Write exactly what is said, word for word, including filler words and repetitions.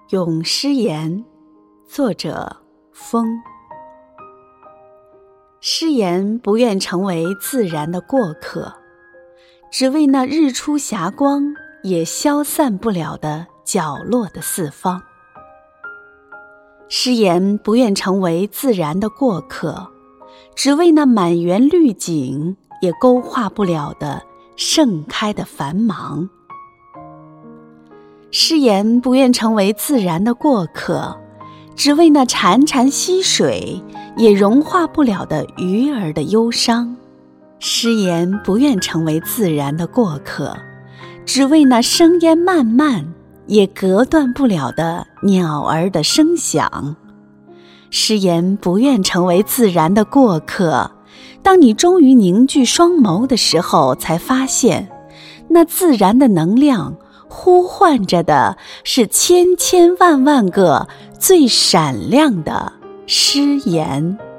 咏诗言，作者风。诗言不愿成为自然的过客，只为那日出霞光也消散不了的角落的四方。诗言不愿成为自然的过客，只为那满园绿景也勾画不了的盛开的繁忙。诗言不愿成为自然的过客，只为那潺潺溪水也融化不了的鱼儿的忧伤。诗言不愿成为自然的过客，只为那声烟漫漫也隔断不了的鸟儿的声响。诗言不愿成为自然的过客，当你终于凝聚双眸的时候，才发现那自然的能量呼唤着的是千千万万个最闪亮的诗言。